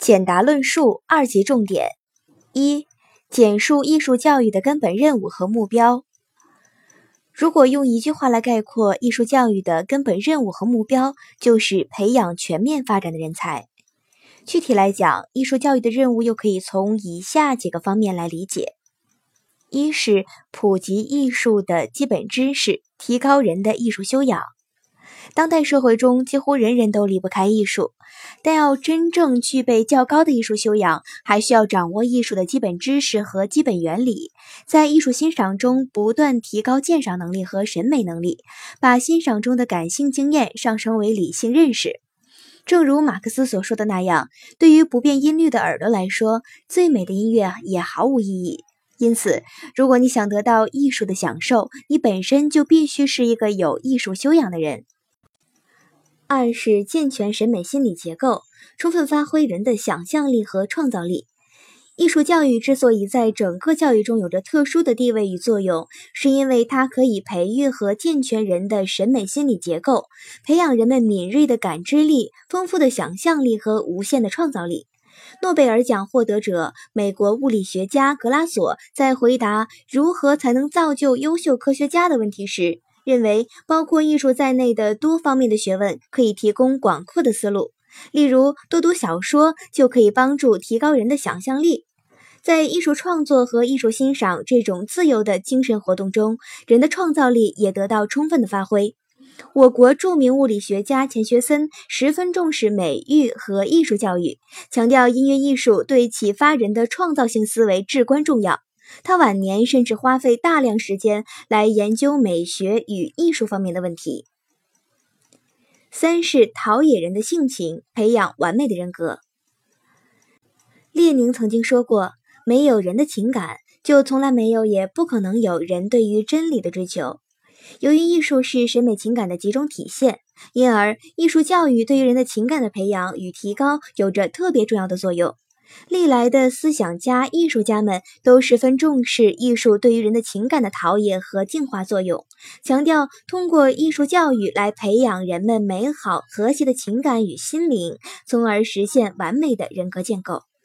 简答论述2级重点。1. 简述艺术教育的根本任务和目标。如果用一句话来概括艺术教育的根本任务和目标，就是培养全面发展的人才。具体来讲，艺术教育的任务又可以从以下几个方面来理解。一是普及艺术的基本知识，提高人的艺术修养。当代社会中几乎人人都离不开艺术，但要真正具备较高的艺术修养，还需要掌握艺术的基本知识和基本原理，在艺术欣赏中不断提高鉴赏能力和审美能力，把欣赏中的感性经验上升为理性认识。正如马克思所说的那样，对于不变音律的耳朵来说，最美的音乐也毫无意义。因此，如果你想得到艺术的享受，你本身就必须是一个有艺术修养的人。2是健全审美心理结构，充分发挥人的想象力和创造力。艺术教育之所以在整个教育中有着特殊的地位与作用，是因为它可以培育和健全人的审美心理结构，培养人们敏锐的感知力、丰富的想象力和无限的创造力。诺贝尔奖获得者美国物理学家格拉索在回答如何才能造就优秀科学家的问题时，认为包括艺术在内的多方面的学问可以提供广阔的思路，例如多读小说就可以帮助提高人的想象力。在艺术创作和艺术欣赏这种自由的精神活动中，人的创造力也得到充分的发挥。我国著名物理学家钱学森十分重视美育和艺术教育，强调音乐艺术对启发人的创造性思维至关重要。他晚年甚至花费大量时间来研究美学与艺术方面的问题。3是陶冶人的性情，培养完美的人格。列宁曾经说过，没有人的情感，就从来没有也不可能有人对于真理的追求。由于艺术是审美情感的集中体现，因而艺术教育对于人的情感的培养与提高有着特别重要的作用。历来的思想家、艺术家们都十分重视艺术对于人的情感的陶冶和净化作用，强调通过艺术教育来培养人们美好和谐的情感与心灵，从而实现完美的人格建构。